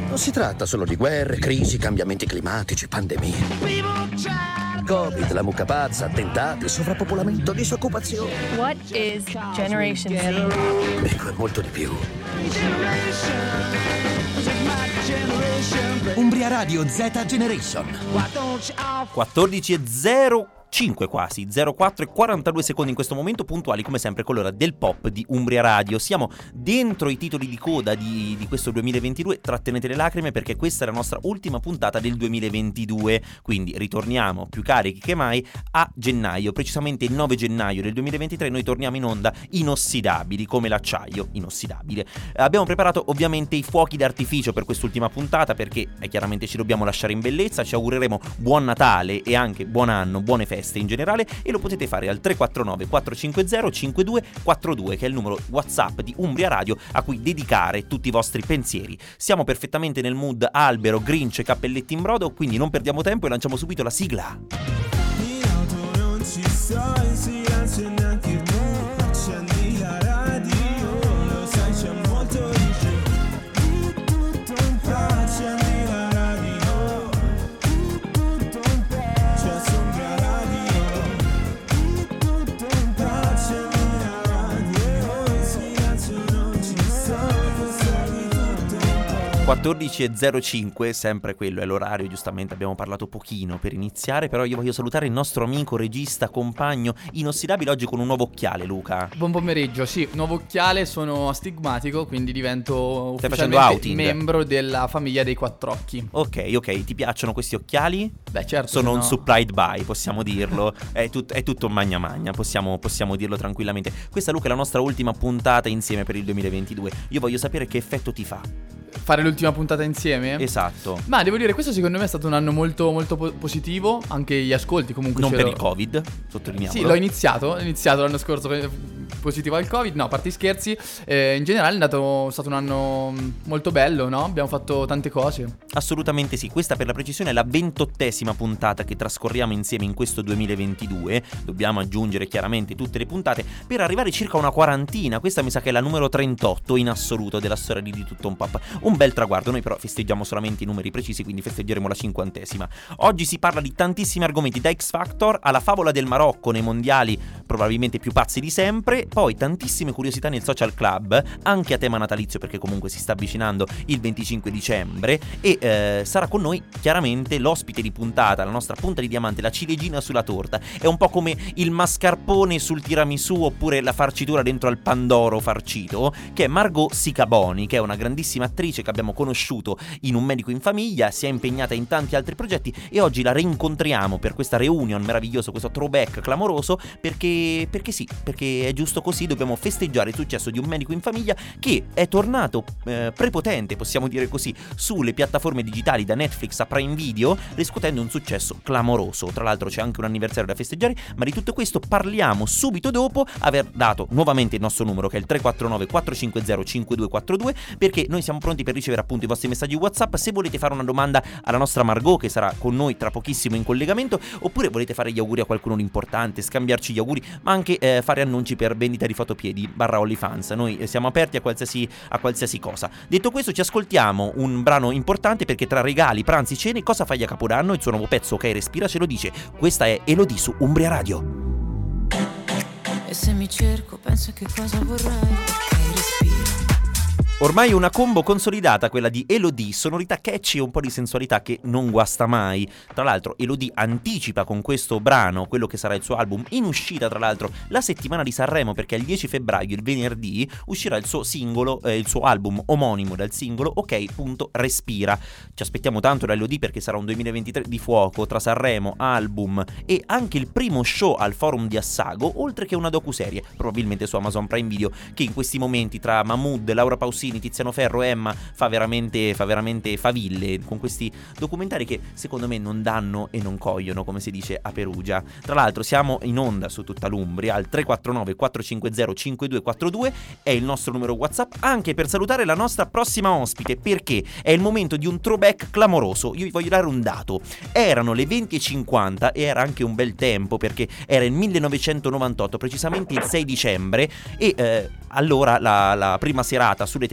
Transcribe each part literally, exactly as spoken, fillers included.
Non si tratta solo di guerre, crisi, cambiamenti climatici, pandemie. Covid, la mucca pazza, attentati, sovrappopolamento, disoccupazione. What is Generation Z? Ecco, è molto di più. Umbria Radio Z Generation. quattordici e zero cinque quasi, zero quattro e quarantadue secondi in questo momento, puntuali come sempre con l'ora del pop di Umbria Radio. Siamo dentro i titoli di coda di, di questo duemilaventidue, trattenete le lacrime perché questa è la nostra ultima puntata del duemilaventidue, quindi ritorniamo più carichi che mai a gennaio, precisamente il nove gennaio del duemilaventitré noi torniamo in onda inossidabili come l'acciaio inossidabile. Abbiamo preparato ovviamente i fuochi d'artificio per quest'ultima puntata perché eh, chiaramente ci dobbiamo lasciare in bellezza, ci augureremo buon Natale e anche buon anno, buone feste in generale e lo potete fare al tre quattro nove quattro cinque zero cinque due quattro due che è il numero WhatsApp di Umbria Radio a cui dedicare tutti i vostri pensieri. Siamo perfettamente nel mood albero, Grinch e cappelletti in brodo, quindi non perdiamo tempo e lanciamo subito la sigla. In auto non ci sto, in silenzio neanche tu, accendi la radio, lo sai c'è molto di più, di tutto un po', accendi la radio, di tutto un po', c'è su Umbria Radio, di tutto un po', accendi la radio, in silenzio non ci sto, sai di tutto un po'. quattordici e zero cinque, sempre quello è l'orario, giustamente abbiamo parlato pochino per iniziare, però io voglio salutare il nostro amico, regista, compagno inossidabile oggi con un nuovo occhiale, Luca. Buon pomeriggio, sì, nuovo occhiale, sono astigmatico, quindi divento Stai facendo ufficialmente outing? membro della famiglia dei quattrocchi. Ok, ok, ti piacciono questi occhiali? Beh, certo. Sono se un no- supplied by, possiamo dirlo. È, tut- è tutto magna magna, possiamo, possiamo dirlo tranquillamente. Questa, Luca, è la nostra ultima puntata insieme per il duemilaventidue. Io voglio sapere che effetto ti fa. Fare l'ultima puntata insieme? Esatto. Ma devo dire, questo secondo me è stato un anno molto molto po- positivo, anche gli ascolti comunque Non ce per lo- il Covid, sottolineiamolo. Sì, l'ho iniziato, ho iniziato l'anno scorso eh, positivo al Covid, no, a parte i scherzi, eh, in generale è andato, è stato un anno mm, molto bello, no? Abbiamo fatto tante cose. Assolutamente sì, questa per la precisione è la ventottesima puntata che trascorriamo insieme in questo duemilaventidue. Dobbiamo aggiungere chiaramente tutte le puntate per arrivare circa a una quarantina. Questa mi sa che è la numero trentotto in assoluto della storia di Di Tutto Un Pop. Un bel traguardo, noi però festeggiamo solamente i numeri precisi, quindi festeggeremo la cinquantesima. Oggi si parla di tantissimi argomenti, da X Factor alla favola del Marocco nei mondiali probabilmente più pazzi di sempre, poi tantissime curiosità nel social club, anche a tema natalizio perché comunque si sta avvicinando il venticinque dicembre e eh, sarà con noi chiaramente l'ospite di puntata, la nostra punta di diamante, la ciliegina sulla torta. È un po' come il mascarpone sul tiramisù oppure la farcitura dentro al pandoro farcito, che è Margot Sicaboni, che è una grandissima attrice che abbiamo conosciuto in Un medico in famiglia, si è impegnata in tanti altri progetti e oggi la rincontriamo per questa reunion meraviglioso, questo throwback clamoroso, perché, perché sì, perché è giusto così, dobbiamo festeggiare il successo di Un medico in famiglia che è tornato eh, prepotente, possiamo dire così, sulle piattaforme digitali da Netflix a Prime Video, riscuotendo un successo clamoroso. Tra l'altro c'è anche un anniversario da festeggiare, ma di tutto questo parliamo subito dopo aver dato nuovamente il nostro numero, che è il tre quattro nove quattro cinque zero cinque due quattro due, perché noi siamo pronti per ricevere appunto i vostri messaggi WhatsApp. Se volete fare una domanda alla nostra Margot, che sarà con noi tra pochissimo in collegamento, oppure volete fare gli auguri a qualcuno di importante, scambiarci gli auguri, ma anche eh, fare annunci per vendita di fotopiedi barra OnlyFans, noi eh, siamo aperti a qualsiasi, a qualsiasi cosa. Detto questo, ci ascoltiamo un brano importante, perché tra regali, pranzi, cene, cosa fai a Capodanno? Il suo nuovo pezzo, Ok Respira, ce lo dice. Questa è Elodie su Umbria Radio. E se mi cerco, penso che cosa vorrei. Ok, respira. Ormai una combo consolidata quella di Elodie, sonorità catchy e un po' di sensualità che non guasta mai. Tra l'altro Elodie anticipa con questo brano quello che sarà il suo album, in uscita tra l'altro la settimana di Sanremo, perché il dieci febbraio, il venerdì, uscirà il suo singolo, eh, il suo album omonimo dal singolo Ok Respira. Ci aspettiamo tanto da Elodie perché sarà un duemilaventitré di fuoco tra Sanremo, album e anche il primo show al Forum di Assago, oltre che una docuserie, probabilmente su Amazon Prime Video, che in questi momenti tra Mahmood, Laura Pausini, Tiziano Ferro, Emma fa veramente, fa veramente faville con questi documentari che secondo me non danno e non cogliono, come si dice a Perugia. Tra l'altro siamo in onda su tutta l'Umbria al tre quattro nove quattro cinque zero cinque due quattro due, è il nostro numero WhatsApp, anche per salutare la nostra prossima ospite, perché è il momento di un throwback clamoroso. Io vi voglio dare un dato: erano le venti e cinquanta e era anche un bel tempo, perché era il millenovecentonovantotto, precisamente il sei dicembre, e eh, allora la, la prima serata sulle televisioni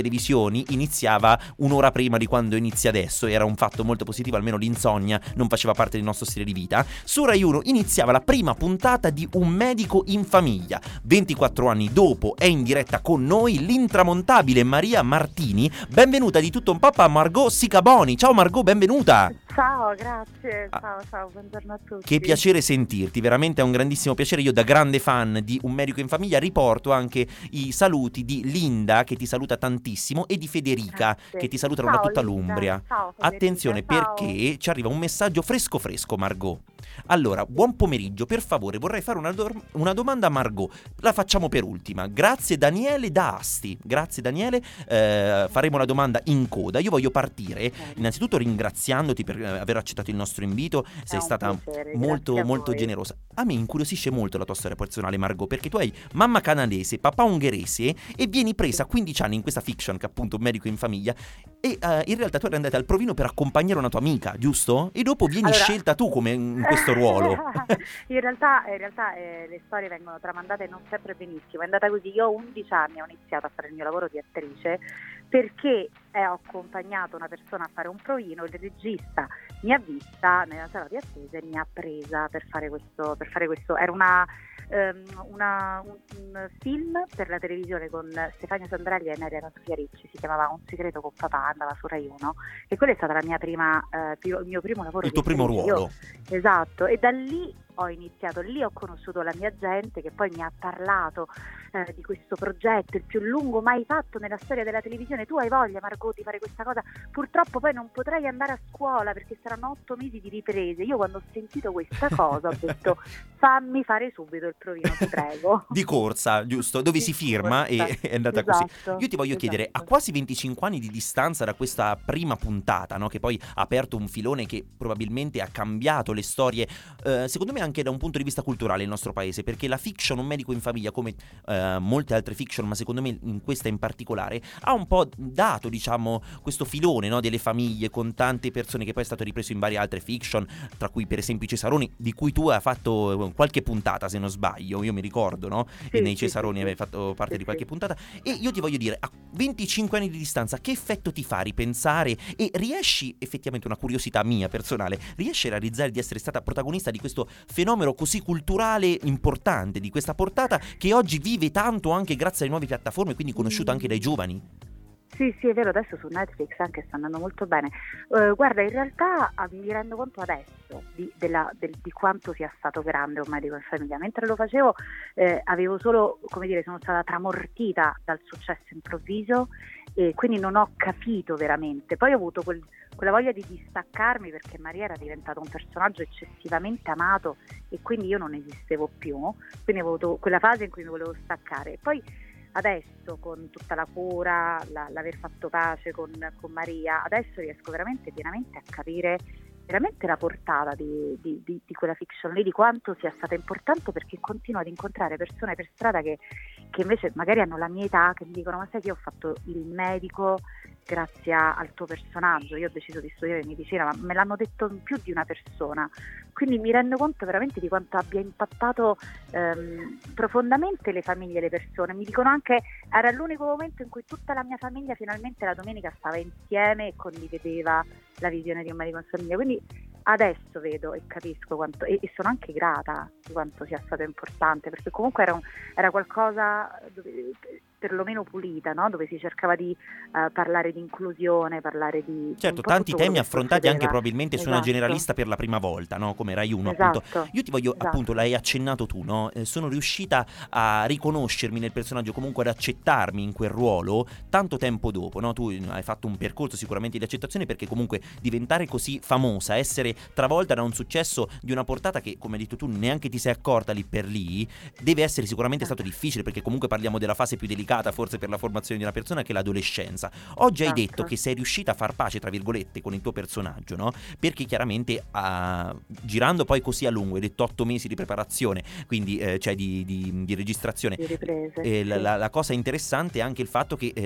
televisioni iniziava un'ora prima di quando inizia adesso, era un fatto molto positivo, almeno l'insonnia non faceva parte del nostro stile di vita. Su Rai uno iniziava la prima puntata di Un medico in famiglia. ventiquattro anni dopo è in diretta con noi l'intramontabile Maria Martini. Benvenuta di tutto un po' a Margot Sicaboni. Ciao Margot, benvenuta. Ciao, grazie, ciao, ciao, buongiorno a tutti. Che piacere sentirti, veramente è un grandissimo piacere. Io da grande fan di Un medico in famiglia riporto anche i saluti di Linda, che ti saluta tantissimo, e di Federica, Grazie. che ti salutano Ciao, da tutta Linda. l'Umbria. Ciao, Federica. Attenzione, Ciao. perché ci arriva un messaggio fresco fresco, Margot. Allora, buon pomeriggio, per favore vorrei fare una, do- una domanda a Margot. La facciamo per ultima. Grazie Daniele da Asti. Grazie Daniele, eh, faremo la domanda in coda. Io voglio partire innanzitutto ringraziandoti per eh, aver accettato il nostro invito. Sei un stata piacere, molto grazie a molto voi. generosa. A me incuriosisce molto la tua storia personale, Margot, perché tu hai mamma canadese, papà ungherese e vieni presa a quindici anni in questa fiction che è appunto Un medico in famiglia, e uh, in realtà tu eri andata al provino per accompagnare una tua amica, giusto? E dopo vieni Allora- scelta tu come in questo ruolo. in realtà, in realtà eh, le storie vengono tramandate non sempre benissimo. È andata così. Io a undici anni ho iniziato a fare il mio lavoro di attrice perché eh, ho accompagnato una persona a fare un provino. Il regista mi ha vista nella sala di attesa e mi ha presa per fare questo. Per fare questo. Era una, ehm, una- un, un film per la televisione con Stefania Sandrelli e Nerea Sofia Ricci. Si chiamava Un segreto con papà, andava su Rai uno, e quello è stata la mia prima, eh, pi- il mio primo lavoro. Il di tuo primo attrice. Io- ruolo. Esatto, e da lì ho iniziato, lì ho conosciuto la mia gente che poi mi ha parlato eh, di questo progetto, il più lungo mai fatto nella storia della televisione. Tu hai voglia, Margot, di fare questa cosa? Purtroppo poi non potrai andare a scuola perché saranno otto mesi di riprese. Io quando ho sentito questa cosa ho detto fammi fare subito il provino, ti prego. Di corsa, giusto? Dove Di si firma e corsa. è andata così. Esatto, Io ti voglio chiedere, a esatto. quasi venticinque anni di distanza da questa prima puntata, no? Che poi ha aperto un filone che probabilmente ha cambiato le storie, eh, secondo me anche da un punto di vista culturale nel nostro paese, perché la fiction Un medico in famiglia, come eh, molte altre fiction, ma secondo me in questa in particolare, ha un po' dato, diciamo, questo filone, no? Delle famiglie con tante persone, che poi è stato ripreso in varie altre fiction, tra cui per esempio i Cesaroni, di cui tu hai fatto qualche puntata, se non sbaglio, io mi ricordo, no? Sì, E nei sì, Cesaroni sì, avevi sì. fatto parte Sì, di qualche sì. puntata. E io ti voglio dire, a venticinque anni di distanza, che effetto ti fa ripensare, e riesci, effettivamente una curiosità mia personale, riesci a realizzare di essere stata protagonista di questo fenomeno così culturale importante, di questa portata che oggi vive tanto anche grazie alle nuove piattaforme, quindi conosciuta anche dai giovani? Sì, sì, è vero, adesso su Netflix anche sta andando molto bene. Eh, guarda, in realtà ah, mi rendo conto adesso di, della- del- di quanto sia stato grande Un medico in famiglia. Mentre lo facevo eh, avevo solo, come dire, sono stata tramortita dal successo improvviso e quindi non ho capito veramente. Poi ho avuto quel- quella voglia di distaccarmi perché Maria era diventata un personaggio eccessivamente amato e quindi io non esistevo più. Quindi ho avuto quella fase in cui mi volevo staccare. E poi adesso, con tutta la cura, la- l'aver fatto pace con, con Maria, adesso riesco veramente pienamente a capire veramente la portata di, di- di- di quella fiction lì, di quanto sia stata importante, perché continuo ad incontrare persone per strada che, che invece magari hanno la mia età, che mi dicono ma sai che io ho fatto il medico grazie a- al tuo personaggio, io ho deciso di studiare medicina, ma me l'hanno detto più di una persona, quindi mi rendo conto veramente di quanto abbia impattato ehm, profondamente le famiglie e le persone. Mi dicono anche era l'unico momento in cui tutta la mia famiglia finalmente la domenica stava insieme e condivideva la visione di Un medico in famiglia, quindi adesso vedo e capisco quanto, e, e sono anche grata di quanto sia stato importante, perché comunque era, un- era qualcosa dove, perlomeno pulita, no? Dove si cercava di eh, parlare di inclusione, parlare di Certo, un po' tanti tutto quello temi che affrontati anche succedeva. probabilmente su una Esatto. generalista per la prima volta, no? Come Rai uno, appunto. Esatto. Io ti voglio, Esatto. appunto, l'hai accennato tu, no? Eh, sono riuscita a riconoscermi nel personaggio, comunque ad accettarmi in quel ruolo tanto tempo dopo, no? Tu hai fatto un percorso sicuramente di accettazione, perché comunque diventare così famosa, essere travolta da un successo di una portata che, come hai detto tu, neanche ti sei accorta lì per lì, deve essere sicuramente stato difficile, perché comunque parliamo della fase più delicata forse per la formazione di una persona, che è l'adolescenza. Oggi hai Esatto. detto che sei riuscita a far pace, tra virgolette, con il tuo personaggio, no? Perché chiaramente ah, girando poi così a lungo, hai detto otto mesi di preparazione, quindi eh, cioè di, di- di registrazione, Di riprese, eh, la, sì. la- la cosa interessante è anche il fatto che eh,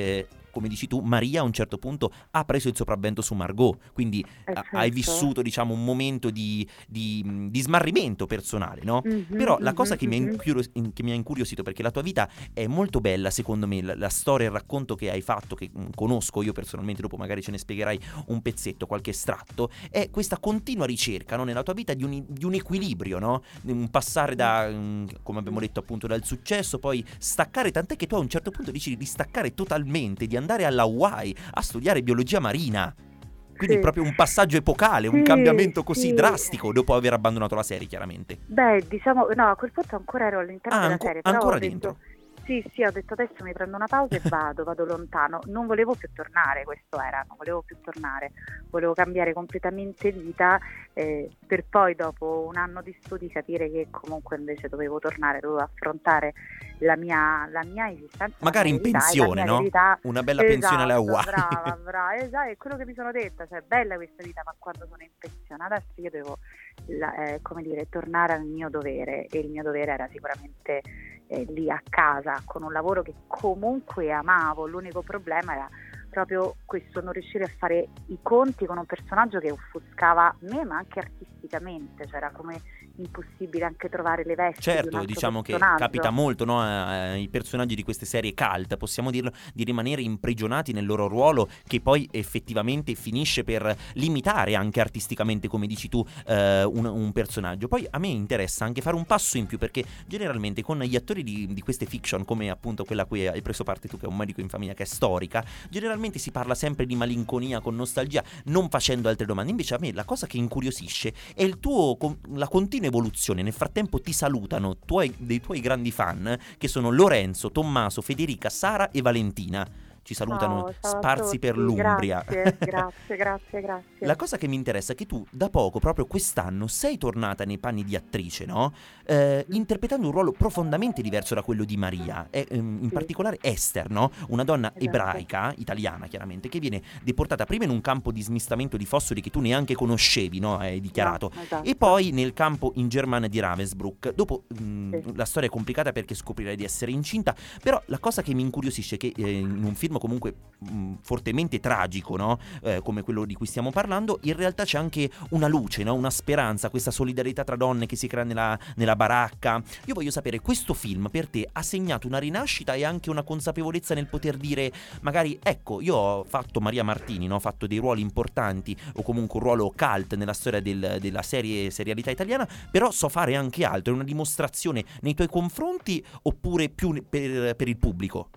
come dici tu, Maria a un certo punto ha preso il sopravvento su Margot, quindi Eh, a- certo. hai vissuto, diciamo, un momento di, di, di smarrimento personale, no? Mhm, Però la cosa mhm, che mi, ha mhm. incurios- in- che mi ha incuriosito, perché la tua vita è molto bella, secondo me, la, la storia, il racconto che hai fatto, che mm, conosco io personalmente, dopo magari ce ne spiegherai un pezzetto, qualche estratto, è questa continua ricerca, no, nella tua vita di un, di un equilibrio, no? Un passare da, mm, come abbiamo detto appunto, dal successo, poi staccare, tant'è che tu a un certo punto decidi di staccare totalmente, di andare alla Hawaii a studiare biologia marina. Quindi Sì. proprio un passaggio epocale, un Sì, cambiamento così sì. drastico dopo aver abbandonato la serie, chiaramente. Beh, diciamo, no, a quel punto ancora ero all'interno Ah, della anco- serie, però ancora ho detto, dentro. sì, sì, ho detto adesso mi prendo una pausa e vado, vado lontano. Non volevo più tornare, questo era, non volevo più tornare, volevo cambiare completamente vita, eh, per poi dopo un anno di studi capire che comunque invece dovevo tornare, dovevo affrontare la mia, la mia esistenza. la Magari mia in verità e la pensione, mia no? verità. Una bella Esatto, pensione alle Hawaii. brava, brava, esatto, è quello che mi sono detta, cioè bella questa vita, ma quando sono in pensione adesso io devo, la- eh, come dire, tornare al mio dovere, e il mio dovere era sicuramente eh, lì a casa con un lavoro che comunque amavo. L'unico problema era proprio questo, non riuscire a fare i conti con un personaggio che offuscava me, ma anche artisticamente, cioè era come impossibile anche trovare le vesti di un Certo, altro diciamo che personaggio. capita molto, no, ai personaggi di queste serie cult, possiamo dirlo, di rimanere imprigionati nel loro ruolo, che poi effettivamente finisce per limitare anche artisticamente, come dici tu, eh, un, un personaggio. Poi a me interessa anche fare un passo in più, perché generalmente con gli attori di, di queste fiction, come appunto quella a cui hai preso parte tu, che è Un medico in famiglia, che è storica, generalmente si parla sempre di malinconia, con nostalgia, non facendo altre domande. Invece a me la cosa che incuriosisce è il tuo, la continua evoluzione. Nel frattempo ti salutano tuoi, dei tuoi grandi fan, che sono Lorenzo, Tommaso, Federica, Sara e Valentina. Ci salutano Ciao, ciao a sparsi per tutti, l'Umbria. Grazie, grazie, grazie, grazie. La cosa che mi interessa è che tu da poco, proprio quest'anno, sei tornata nei panni di attrice, no? Eh, interpretando un ruolo profondamente diverso da quello di Maria, e, ehm, in Sì. particolare Esther, no? Una donna Esatto. ebraica, italiana chiaramente, che viene deportata prima in un campo di smistamento di fosfori che tu neanche conoscevi, no? Hai dichiarato. No, esatto. E poi nel campo in Germania di Ravensbrück. Dopo mh, Sì. la storia è complicata perché scoprirai di essere incinta, però la cosa che mi incuriosisce è che eh, in un film comunque mh, fortemente tragico, no? Eh, come quello di cui stiamo parlando, in realtà c'è anche una luce, no? Una speranza, questa solidarietà tra donne che si crea nella, nella baracca. Io voglio sapere, questo film per te ha segnato una rinascita e anche una consapevolezza nel poter dire, magari, ecco, io ho fatto Maria Martini, no? Ho fatto dei ruoli importanti, o comunque un ruolo cult nella storia del- della serie serialità italiana, però so fare anche altro. È una dimostrazione nei tuoi confronti oppure più per, per il pubblico?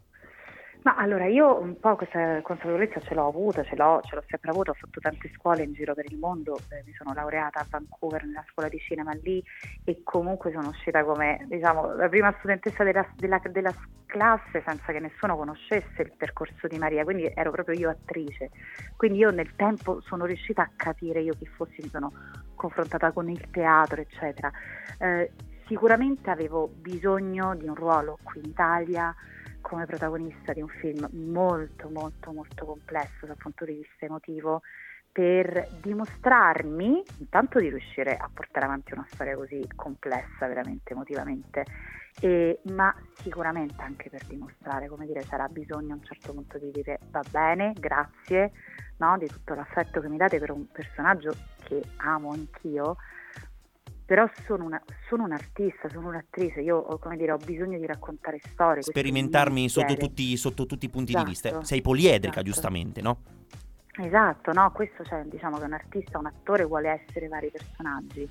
Ma allora io un po' questa consapevolezza ce l'ho avuta, ce l'ho, ce l'ho sempre avuta, ho fatto tante scuole in giro per il mondo, eh, mi sono laureata a Vancouver nella scuola di cinema lì, e comunque sono uscita come, diciamo, la prima studentessa della, della, della classe senza che nessuno conoscesse il percorso di Maria, quindi ero proprio io attrice, quindi io nel tempo sono riuscita a capire io chi fossi, mi sono confrontata con il teatro eccetera. Eh, sicuramente avevo bisogno di un ruolo qui in Italia come protagonista di un film molto molto molto complesso dal punto di vista emotivo, per dimostrarmi intanto di riuscire a portare avanti una storia così complessa veramente emotivamente, e, ma sicuramente anche per dimostrare, come dire, c'era bisogno a un certo punto di dire va bene, grazie, no, di tutto l'affetto che mi date per un personaggio che amo anch'io, però sono, una, sono un artista, sono un'attrice, io ho, come dire, ho bisogno di raccontare storie, questo è il mio Sperimentarmi sotto mestiere. tutti, sotto tutti i punti Esatto, di vista. Sei poliedrica, esatto. giustamente, no? Esatto, no, questo, cioè, diciamo che un artista, un attore vuole essere vari personaggi,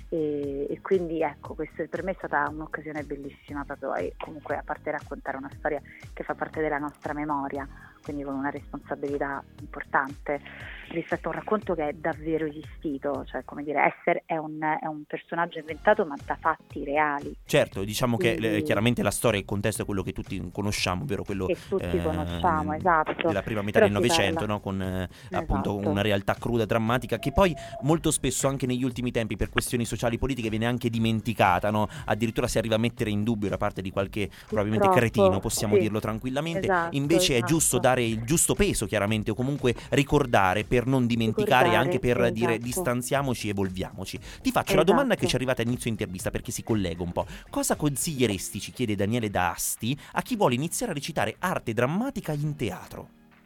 e, e quindi ecco, questo per me è stata un'occasione bellissima proprio, e comunque a parte raccontare una storia che fa parte della nostra memoria, quindi con una responsabilità importante rispetto a un racconto che è davvero esistito, cioè come dire, Esther è un, è un personaggio inventato ma da fatti reali. Certo, diciamo che Quindi- eh, chiaramente la storia e il contesto è quello che tutti conosciamo, ovvero quello Che tutti eh, conosciamo, esatto. della prima metà Però del si Novecento, parla- no? Con eh, appunto Esatto. una realtà cruda, drammatica, che poi molto spesso anche negli ultimi tempi per questioni sociali politiche viene anche dimenticata, no? Addirittura si arriva a mettere in dubbio da parte di qualche probabilmente Purtroppo, cretino, possiamo sì. dirlo tranquillamente. Esatto, Invece è esatto. giusto dare il giusto peso, chiaramente, o comunque ricordare per non dimenticare, Ricordare, anche per dire esatto. distanziamoci, evolviamoci. Ti faccio la domanda che Esatto. ci è arrivata a inizio intervista, perché si collega un po'. Cosa consiglieresti, ci chiede Daniele da Asti, a chi vuole iniziare a recitare arte drammatica in teatro?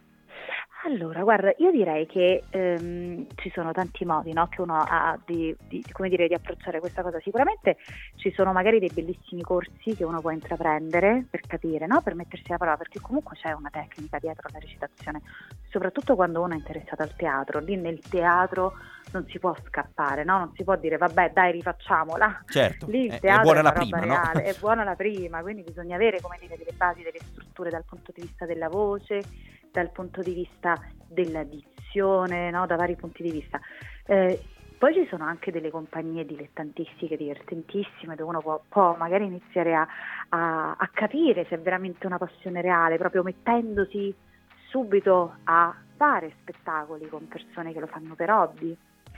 Allora, guarda, io direi che ehm, ci sono tanti modi, no, che uno ha di, di, come dire, di approcciare questa cosa. Sicuramente ci sono magari dei bellissimi corsi che uno può intraprendere per capire, no, per mettersi alla prova, perché comunque c'è una tecnica dietro alla recitazione, soprattutto quando uno è interessato al teatro. Lì nel teatro non si può scappare, no? Non si può dire vabbè dai rifacciamola. Certo, Lì il è, teatro è buona è la una roba prima, no? reale, è buona la prima, quindi bisogna avere, come dire, delle basi, delle strutture dal punto di vista della voce, dal punto di vista della dizione, no? Da vari punti di vista. Eh, poi ci sono anche delle compagnie dilettantistiche, divertentissime, dove uno può, può magari iniziare a, a, a capire se è veramente una passione reale, proprio mettendosi subito a fare spettacoli con persone che lo fanno per hobby.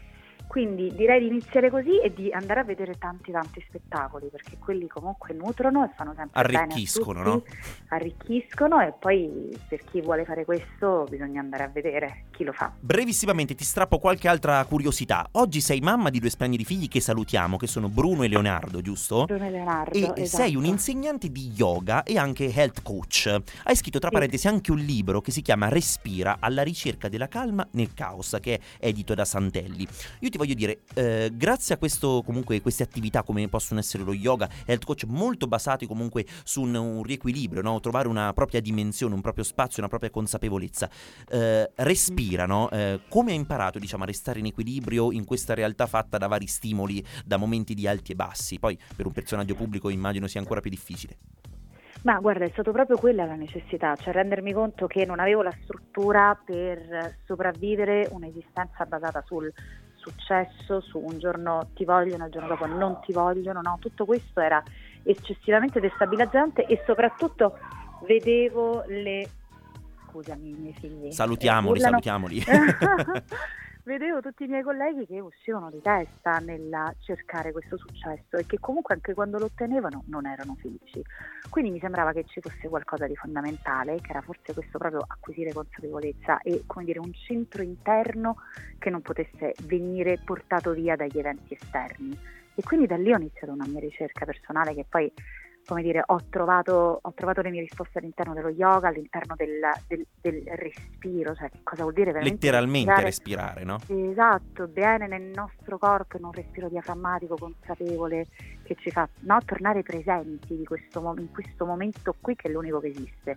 Quindi direi di iniziare così e di andare a vedere tanti tanti spettacoli, perché quelli comunque nutrono e fanno sempre arricchiscono, bene a tutti, no? Arricchiscono, e poi per chi vuole fare questo bisogna andare a vedere chi lo fa. Brevissimamente ti strappo qualche altra curiosità. Oggi sei mamma di due splendidi figli che salutiamo, che sono Bruno e Leonardo, giusto? Bruno e Leonardo, E esatto. sei un insegnante di yoga e anche health coach. Hai scritto tra Sì. parentesi anche un libro che si chiama Respira, alla ricerca della calma nel caos, che è edito da Santelli. Io ti voglio dire, eh, grazie a questo, comunque, queste attività come possono essere lo yoga, health coach, molto basati comunque su un, un riequilibrio, no? Trovare una propria dimensione, un proprio spazio, una propria consapevolezza. Eh, respira, no? Eh, come hai imparato, diciamo, a restare in equilibrio in questa realtà fatta da vari stimoli, da momenti di alti e bassi? Poi per un personaggio pubblico immagino sia ancora più difficile. Ma guarda, è stato proprio quella la necessità, cioè rendermi conto che non avevo la struttura per sopravvivere un'esistenza basata sul successo, su un giorno ti vogliono, il giorno dopo non ti vogliono, no? Tutto questo era eccessivamente destabilizzante, e soprattutto vedevo le... Scusami, i miei figli. Salutiamoli, eh, urlano. salutiamoli. Vedevo tutti i miei colleghi che uscivano di testa nel cercare questo successo, e che comunque anche quando lo ottenevano non erano felici. Quindi mi sembrava che ci fosse qualcosa di fondamentale, che era forse questo proprio acquisire consapevolezza e, come dire, un centro interno che non potesse venire portato via dagli eventi esterni. E quindi da lì ho iniziato una mia ricerca personale, che poi, come dire, ho trovato, ho trovato le mie risposte all'interno dello yoga, all'interno del, del, del respiro, cioè che cosa vuol dire veramente Letteralmente respirare, respirare, no? esatto, bene nel nostro corpo, in un respiro diaframmatico consapevole che ci fa, no, tornare presenti di questo, in questo momento qui, che è l'unico che esiste.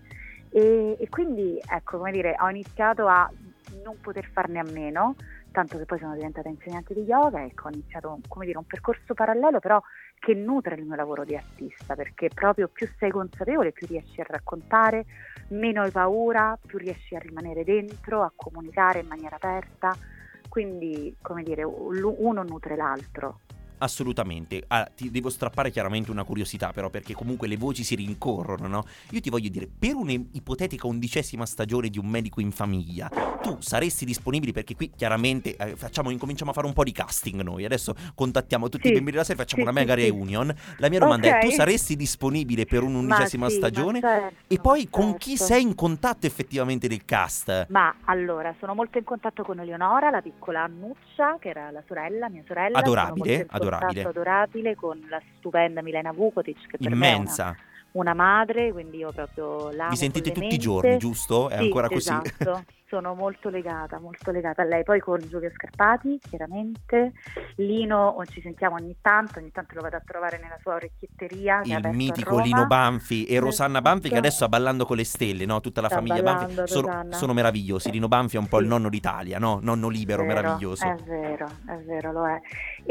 E, e quindi, ecco, come dire, ho iniziato a non poter farne a meno, tanto che poi sono diventata insegnante di yoga. Ecco, ho iniziato, come dire, un percorso parallelo, però che nutre il mio lavoro di artista, perché proprio più sei consapevole, più riesci a raccontare, meno hai paura, più riesci a rimanere dentro, a comunicare in maniera aperta. Quindi, come dire, uno nutre l'altro. Assolutamente. Ah, ti devo strappare chiaramente una curiosità, però, perché comunque le voci si rincorrono, no? Io ti voglio dire, per un'ipotetica undicesima stagione di Un medico in famiglia, tu saresti disponibile? Perché qui chiaramente eh, facciamo, incominciamo a fare un po' di casting noi. Adesso contattiamo tutti Sì, i membri della serie, facciamo sì, una mega sì, reunion. La mia domanda Ok. è: tu saresti disponibile per un'undicesima Ma sì, stagione? ma certo, E poi ma con chi certo. sei in contatto effettivamente del cast? Ma allora, sono molto in contatto con Eleonora, la piccola Annuccia, che era la sorella, mia sorella. Adorabile, Sono molto in adorabile. contatto, adorabile, con la stupenda Milena Vukotic, che per Immensa. me è una, una madre, quindi io proprio l'amo Vi sentite tutti i follemente. giorni, giusto? È Sì, ancora così? esatto. Sono molto legata, molto legata a lei. Poi con Giulio Scarpati, chiaramente. Lino ci sentiamo ogni tanto, ogni tanto lo vado a trovare nella sua orecchietteria, che è Il aperto a mitico Roma. Lino Banfi e Rosanna Banfi, che Esatto. adesso sta ballando con le stelle, no? Tutta la Sta famiglia ballando, Banfi sono, Rosanna. sono meravigliosi. Lino Banfi è un po' Sì. il nonno d'Italia, no? Nonno libero, Vero, meraviglioso. È vero, è vero, lo è.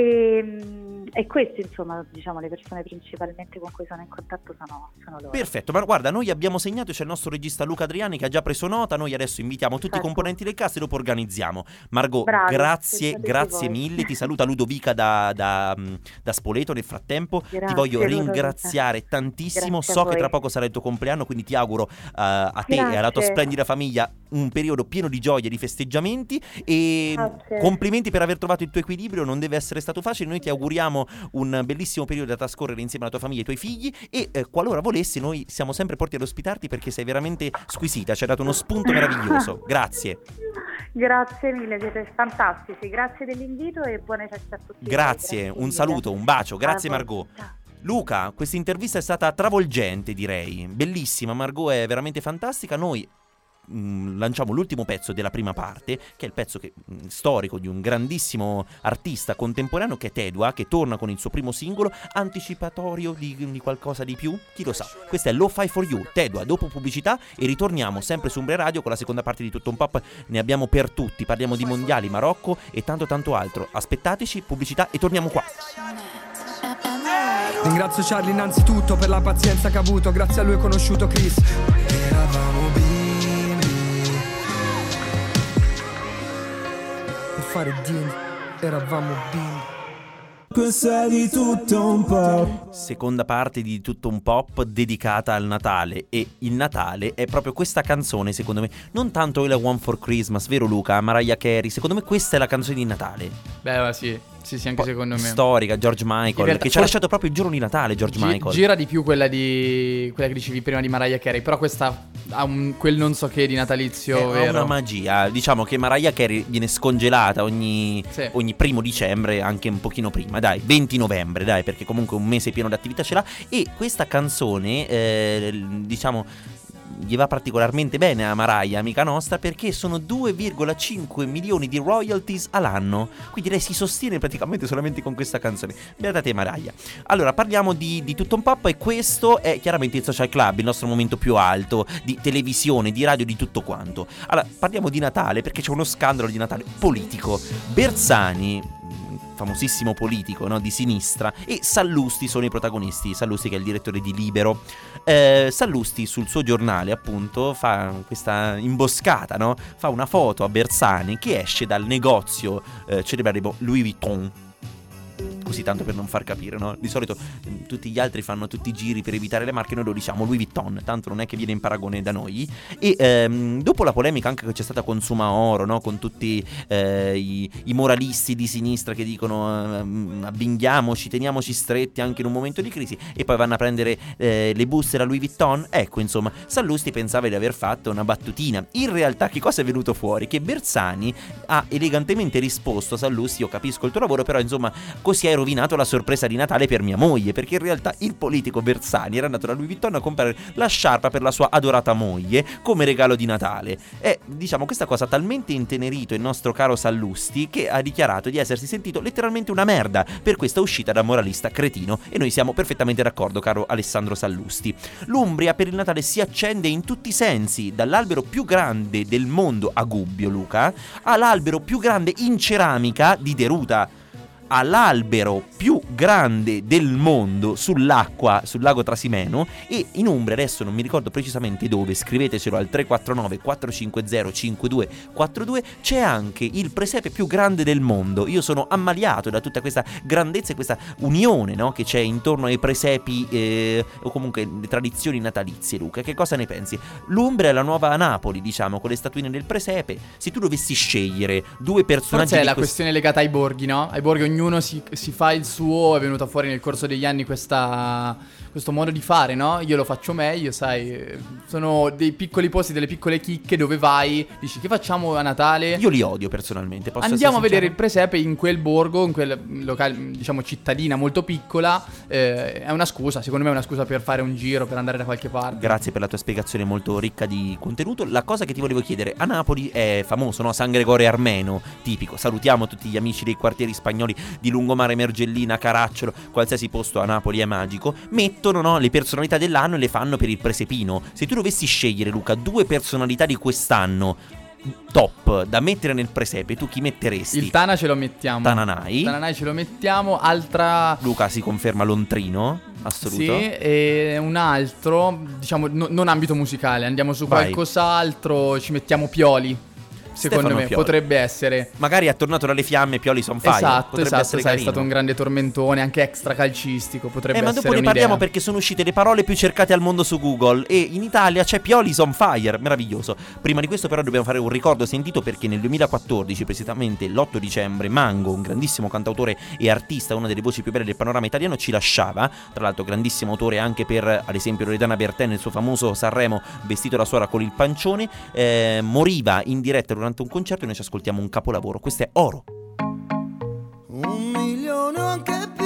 E, e queste, insomma, diciamo, le persone principalmente con cui sono in contatto sono, sono loro. Perfetto, ma guarda, noi abbiamo segnato, c'è il nostro regista Luca Adriani che ha già preso nota. Noi adesso invitiamo tutti Certo. i componenti del cast e dopo organizziamo. Margot, Bravi, grazie, pensate grazie voi. mille. Ti saluta Ludovica da, da, mh, da Spoleto nel frattempo. Ti Grazie, voglio Ludovica. ringraziare tantissimo. Grazie a So che voi. tra poco sarà il tuo compleanno, quindi ti auguro uh, a te e alla tua Grazie. splendida famiglia un periodo pieno di gioia e di festeggiamenti. E Grazie. complimenti per aver trovato il tuo equilibrio, non deve essere stato facile. Noi ti auguriamo un bellissimo periodo da trascorrere insieme alla tua famiglia e ai tuoi figli. E eh, qualora volessi, noi siamo sempre pronti ad ospitarti, perché sei veramente squisita, ci hai dato uno spunto meraviglioso. Grazie. Grazie mille, siete fantastici. Grazie dell'invito e buone feste a tutti. voi. Grazie, un mille. saluto, un bacio, grazie A voi. Margot. Ciao. Luca, questa intervista è stata travolgente, direi. Bellissima, Margot è veramente fantastica. Noi mh, lanciamo l'ultimo pezzo della prima parte, che è il pezzo che, mh, storico di un grandissimo artista contemporaneo che è Tedua, che torna con il suo primo singolo, anticipatorio di, di qualcosa di più, chi lo sa. Questo è Lo-Fi for You, Tedua, dopo pubblicità, e ritorniamo sempre su Umbria Radio con la seconda parte di Tutto un Pop. Ne abbiamo per tutti, parliamo di mondiali, Marocco e tanto tanto altro. Aspettateci, pubblicità e torniamo qua. Ringrazio Charlie innanzitutto per la pazienza che ha avuto, grazie a lui ho conosciuto Chris. Eravamo bimbi per fare deal, eravamo bimbi. Questa è di Tutto un po'. Seconda parte di Tutto un Pop dedicata al Natale, e il Natale è proprio questa canzone, secondo me. Non tanto All I Want for Christmas, vero Luca? Mariah Carey, secondo me questa è la canzone di Natale. Beh, sì, sì, sì, anche secondo me. Storica, George Michael, realtà, che ci ha for- lasciato proprio il giorno di Natale, George Gi- Michael. Gira di più quella di quella che dicevi prima di Mariah Carey, però questa ha un, quel non so che di natalizio, È vero? una magia. Diciamo che Mariah Carey viene scongelata ogni, Sì. ogni primo dicembre, anche un pochino prima, dai, venti novembre, dai, perché comunque un mese pieno di attività ce l'ha. E questa canzone, eh, diciamo, gli va particolarmente bene a Mariah, amica nostra, perché sono due virgola cinque milioni di royalties all'anno. Quindi lei si sostiene praticamente solamente con questa canzone. Beata te Mariah. Allora, parliamo di, di Tutto un Pop, e questo è chiaramente il Social Club, il nostro momento più alto di televisione, di radio, di tutto quanto. Allora, parliamo di Natale perché c'è uno scandalo di Natale politico. Bersani, famosissimo politico, no, di sinistra, e Sallusti sono i protagonisti. Sallusti, che è il direttore di Libero. eh, Sallusti sul suo giornale, appunto, fa questa imboscata, no? Fa una foto a Bersani che esce dal negozio eh, celebrare Louis Vuitton. Così tanto per non far capire, no? Di solito mh, tutti gli altri fanno tutti i giri per evitare le marche, noi lo diciamo Louis Vuitton, tanto non è che viene in paragone da noi. E ehm, dopo la polemica anche che c'è stata con Sumaoro, no? Con tutti eh, i, i moralisti di sinistra che dicono ehm, avvinghiamoci, teniamoci stretti anche in un momento di crisi, e poi vanno a prendere eh, le buste da Louis Vuitton. Ecco, insomma, Sallusti pensava di aver fatto una battutina. In realtà che cosa è venuto fuori? Che Bersani ha elegantemente risposto a Sallusti: io capisco il tuo lavoro, però insomma così hai rovinato la sorpresa di Natale per mia moglie, perché in realtà il politico Bersani era andato da Louis Vuitton a comprare la sciarpa per la sua adorata moglie come regalo di Natale. E diciamo questa cosa ha talmente intenerito il nostro caro Sallusti che ha dichiarato di essersi sentito letteralmente una merda per questa uscita da moralista cretino, e noi siamo perfettamente d'accordo, caro Alessandro Sallusti. L'Umbria per il Natale si accende in tutti i sensi, dall'albero più grande del mondo a Gubbio, Luca, all'albero più grande in ceramica di Deruta, all'albero più grande del mondo sull'acqua, sul lago Trasimeno. E in Umbria, adesso non mi ricordo precisamente dove, scrivetecelo al tre quattro nove quattro cinque zero cinque due quattro due, c'è anche il presepe più grande del mondo. Io sono ammaliato da tutta questa grandezza e questa unione, no, che c'è intorno ai presepi eh, o comunque le tradizioni natalizie. Luca, che cosa ne pensi? L'Umbria è la nuova Napoli, diciamo, con le statuine del presepe. Se tu dovessi scegliere due personaggi, forse è di la quest- questione legata ai borghi, no? Ai borghi ognuno si, si fa il suo. È venuta fuori nel corso degli anni questa, questo modo di fare, no? Io lo faccio meglio, sai. Sono dei piccoli posti, delle piccole chicche dove vai, dici che facciamo a Natale. Io li odio personalmente, posso Andiamo a essere vedere il sincero? presepe in quel borgo, in quel locale, diciamo cittadina molto piccola. eh, È una scusa, secondo me è una scusa per fare un giro, per andare da qualche parte. Grazie per la tua spiegazione molto ricca di contenuto. La cosa che ti volevo chiedere, a Napoli è famoso, no? San Gregorio Armeno, tipico. Salutiamo tutti gli amici dei quartieri spagnoli di Lungomare, Mergellina, Caracciolo, qualsiasi posto a Napoli è magico. Mettono, no, le personalità dell'anno e le fanno per il presepino. Se tu dovessi scegliere, Luca, due personalità di quest'anno top da mettere nel presepe, tu chi metteresti? Il Tana ce lo mettiamo. Tananai. Tananai ce lo mettiamo. Altra... Luca si conferma Lontrino, assoluto. Sì, e un altro, diciamo, no- non ambito musicale. Andiamo su Vai. qualcos'altro, ci mettiamo Pioli. Secondo Stefano me Pioli. potrebbe essere. Magari è tornato dalle fiamme Pioli son fire. Esatto, potrebbe esatto, essere sai, è carino. stato un grande tormentone, anche extra calcistico, potrebbe Eh, ma essere dopo ne un'idea. parliamo perché sono uscite le parole più cercate al mondo su Google e in Italia c'è Pioli's on fire, meraviglioso. Prima di questo però dobbiamo fare un ricordo sentito perché nel duemilaquattordici, precisamente l'otto dicembre, Mango, un grandissimo cantautore e artista, una delle voci più belle del panorama italiano, ci lasciava. Tra l'altro grandissimo autore anche per, ad esempio, Loredana Bertè nel suo famoso Sanremo Vestito da suora con il pancione. eh, Moriva in diretta durante un concerto e noi ci ascoltiamo un capolavoro. Questo è Oro. Un milione o anche più.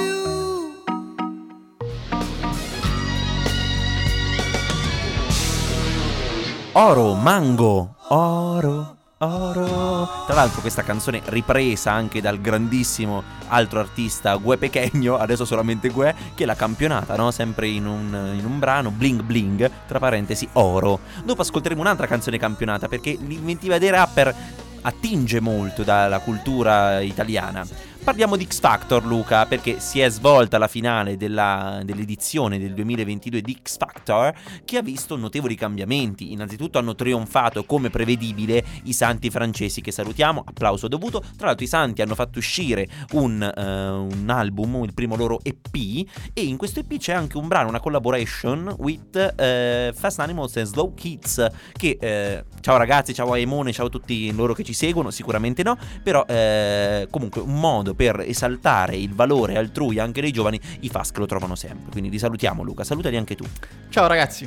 Oro, Mango, Oro, Oro. Tra l'altro questa canzone ripresa anche dal grandissimo altro artista Gue Pequeño, adesso solamente Gue, che l'ha campionata, no? Sempre in un, in un brano, Bling Bling, tra parentesi Oro. Dopo ascolteremo un'altra canzone campionata, perché l'inventiva dei rapper attinge molto dalla cultura italiana. Parliamo di X Factor, Luca, perché si è svolta la finale della, dell'edizione del duemilaventidue di X Factor, che ha visto notevoli cambiamenti. Innanzitutto hanno trionfato, come prevedibile, i Santi Francesi, che salutiamo, applauso dovuto. Tra l'altro i Santi hanno fatto uscire un, uh, un album, il primo loro E P, e in questo E P c'è anche un brano, una collaboration with uh, Fast Animals and Slow Kids, che uh, ciao ragazzi, ciao a Emone, ciao a tutti loro che ci seguono, sicuramente no, però uh, comunque un modo per esaltare il valore altrui anche dei giovani. I Fast lo trovano sempre, quindi li salutiamo. Luca, salutali anche tu. Ciao ragazzi.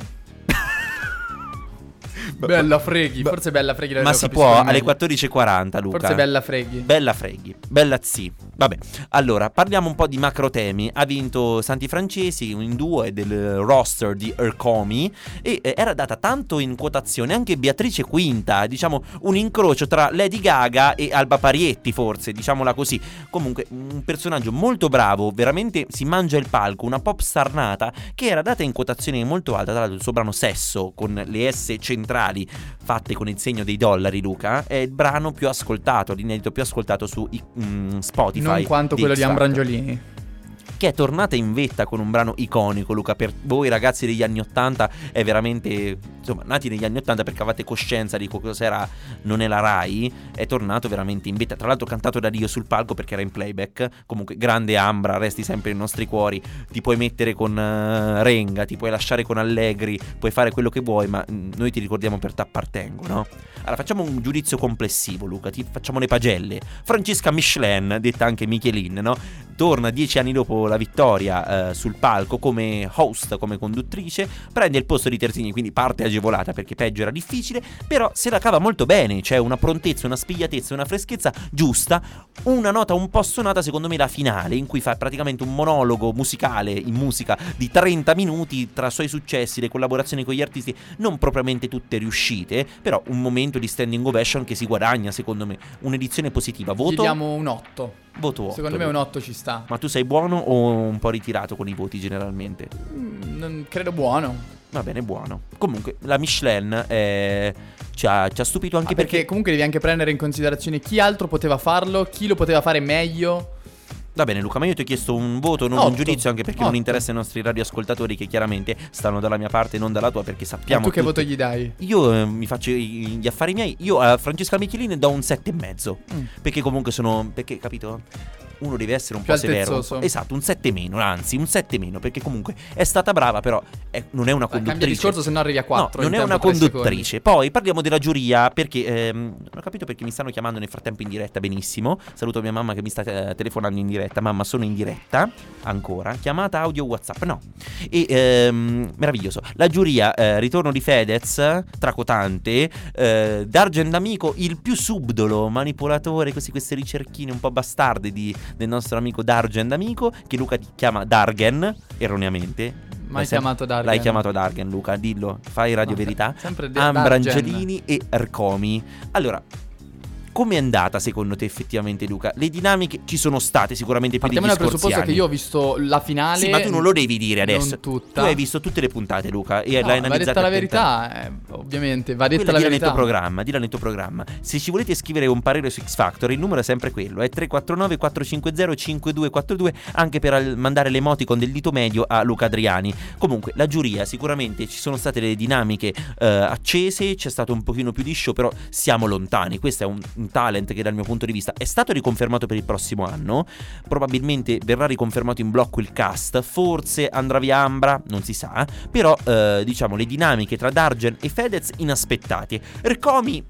Bella Freghi, forse Bella Freghi. Ma si può alle quattordici e quaranta, Luca. Forse Bella Freghi. Bella Freghi, Bella Zi. Vabbè, allora parliamo un po' di macro temi. Ha vinto Santi Francesi in duo e del roster di Ercomi, e eh, era data tanto in quotazione anche Beatrice Quinta, diciamo un incrocio tra Lady Gaga e Alba Parietti, forse, diciamola così. Comunque un personaggio molto bravo, veramente si mangia il palco, una pop star nata, che era data in quotazione molto alta. Tra l'altro il suo brano Sesso, con le S centrali fatte con il segno dei dollari, Luca, è il brano più ascoltato, l'inedito più ascoltato su mm, Spotify. Non quanto quello di Ambrangiolini, che è tornata in vetta con un brano iconico, Luca. Per voi ragazzi degli anni ottanta è veramente, insomma, nati negli anni ottanta perché avete coscienza di cos'era Non è la Rai, è tornato veramente in vetta. Tra l'altro cantato da Dio sul palco perché era in playback. Comunque grande Ambra, resti sempre nei nostri cuori. Ti puoi mettere con uh, Renga, ti puoi lasciare con Allegri, puoi fare quello che vuoi, ma mh, noi ti ricordiamo per t'appartengo, no? Allora facciamo un giudizio complessivo, Luca, ti facciamo le pagelle. Francesca Michelin, detta anche Michelin, no? Torna dieci anni dopo la vittoria eh, sul palco come host, come conduttrice, prende il posto di Terzini, quindi parte agevolata perché peggio era difficile, però se la cava molto bene, c'è una prontezza, una spigliatezza, una freschezza giusta. Una nota un po' suonata secondo me la finale, in cui fa praticamente un monologo musicale in musica di trenta minuti tra suoi successi, le collaborazioni con gli artisti non propriamente tutte riuscite, però un momento di standing ovation che si guadagna, secondo me, un'edizione positiva. Voto? Gli diamo un otto. Voto otto. Secondo me un otto ci sta. Ma tu sei buono o un po' ritirato con i voti generalmente? Mm, non credo buono. Va bene, buono. Comunque la Michelin eh, ci, ha, ci ha stupito anche ah, perché... perché comunque devi anche prendere in considerazione chi altro poteva farlo, chi lo poteva fare meglio. Va bene Luca, ma io ti ho chiesto un voto, non otto. un giudizio, anche perché otto. non interessa ai nostri radioascoltatori, che chiaramente stanno dalla mia parte e non dalla tua, perché sappiamo. Ma tu che tutti... voto gli dai? Io eh, mi faccio gli affari miei. Io a Francesca Michelin do un sette e mezzo. Mm. Perché comunque sono, perché capito? Uno deve essere un più po' severo. altezzoso. Esatto, un sette meno, anzi un sette meno, perché comunque è stata brava, però è, non è una conduttrice. Cambia discorso, se no arrivi a quattro. No, non è una conduttrice. Poi parliamo della giuria, perché ehm, non ho capito perché mi stanno chiamando nel frattempo in diretta. Benissimo, saluto mia mamma che mi sta eh, telefonando in diretta. Mamma, sono in diretta ancora, chiamata audio WhatsApp. No, e ehm, meraviglioso. La giuria, eh, ritorno di Fedez, tracotante, eh, Dargen Amico, il più subdolo manipolatore, questi, queste ricerchine un po' bastarde di del nostro amico Dargen D'Amico, che Luca ti chiama Dargen erroneamente. Mai chiamato Dargen. L'hai chiamato Dargen, Luca, dillo, fai Radio no, Verità. Sempre de- Ambrangiolini e Ercomi. Allora, come è andata secondo te effettivamente, Luca? Le dinamiche ci sono state sicuramente più Partiamo degli dal scorsi presupposto anni. che io ho visto la finale. Sì, ma tu non lo devi dire adesso. Non tutta. Tu hai visto tutte le puntate, Luca, e no, l'hai va analizzata. detta la verità, eh, ovviamente, va detta Quella la dilla verità. Nel tuo programma, dilla nel tuo programma. Se ci volete scrivere un parere su X Factor, il numero è sempre quello, è tre quattro nove quattro cinque zero cinque due quattro due, anche per al- mandare l'emoticon del dito medio a Luca Adriani. Comunque, la giuria, sicuramente ci sono state delle dinamiche eh, accese, c'è stato un pochino più di show, però siamo lontani. Questo è un, un talent che dal mio punto di vista è stato riconfermato per il prossimo anno. Probabilmente verrà riconfermato in blocco il cast, forse andrà via Ambra, non si sa, però eh, diciamo le dinamiche tra Dargen e Fedez inaspettate. Ercomi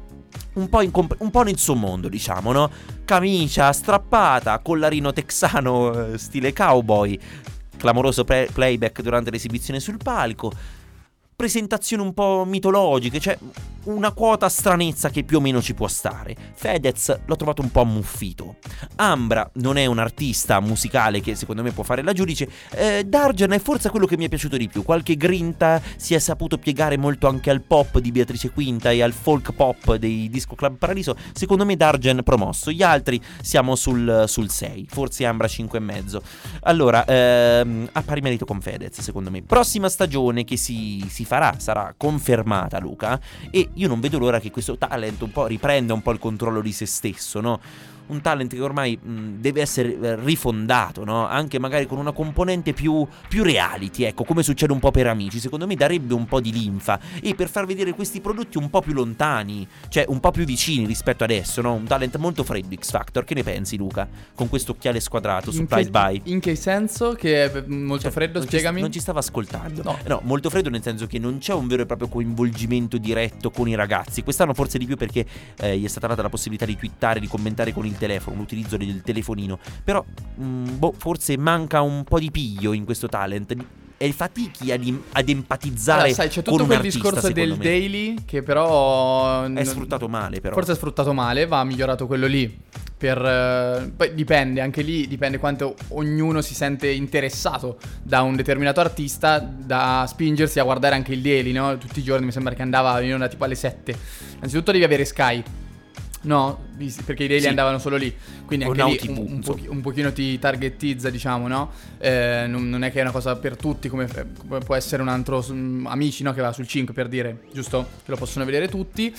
un po', in comp- un po' nel suo mondo, diciamo, no? Camicia strappata, collarino texano eh, stile cowboy, clamoroso pre- playback durante l'esibizione sul palco. presentazioni un po' mitologiche, cioè una quota stranezza che più o meno ci può stare. Fedez l'ho trovato un po' ammuffito. Ambra non è un artista musicale che secondo me può fare la giudice. eh, Dargen è forse quello che mi è piaciuto di più. Qualche grinta, si è saputo piegare molto anche al pop di Beatrice Quinta e al folk pop dei Disco Club Paradiso. Secondo me Dargen promosso. Gli altri siamo sul, sul sei, forse Ambra cinque e mezzo. Allora, ehm, a pari merito con Fedez secondo me. Prossima stagione che si, si farà, sarà confermata, Luca, e io non vedo l'ora che questo talent un po' riprenda un po' il controllo di se stesso, no? Un talent che ormai mh, deve essere eh, rifondato, no? Anche magari con una componente più, più reality, ecco, come succede un po' per Amici. Secondo me darebbe un po' di linfa, e per far vedere questi prodotti un po' più lontani, cioè un po' più vicini rispetto adesso, no? Un talent molto freddo, X Factor. Che ne pensi, Luca? Con questo occhiale squadrato, surprise by. In che senso? Che è molto Cioè, freddo, non spiegami. Ci, non ci stava ascoltando. No. No, molto freddo nel senso che non c'è un vero e proprio coinvolgimento diretto con i ragazzi. Quest'anno forse di più perché eh, gli è stata data la possibilità di twittare, di commentare con il telefono, l'utilizzo del telefonino. Però mh, boh, forse manca un po' di piglio in questo talent. E fatichi ad, ad empatizzare. Allora, sai, c'è tutto con quel un artista, discorso del me. daily che però è sfruttato male, però. Forse è sfruttato male, va migliorato quello lì. Per eh, poi dipende, anche lì dipende quanto ognuno si sente interessato da un determinato artista da spingersi a guardare anche il daily, no? Tutti i giorni mi sembra che andava in onda tipo alle sette. Innanzitutto devi avere Sky. No, perché i daily sì. andavano solo lì. Quindi anche o lì Now T V, un, un, pochi, un pochino ti targetizza, diciamo, no? Eh, non, non è che è una cosa per tutti come, come può essere un altro um, Amici, no? Che va sul cinque, per dire, giusto? Che lo possono vedere tutti.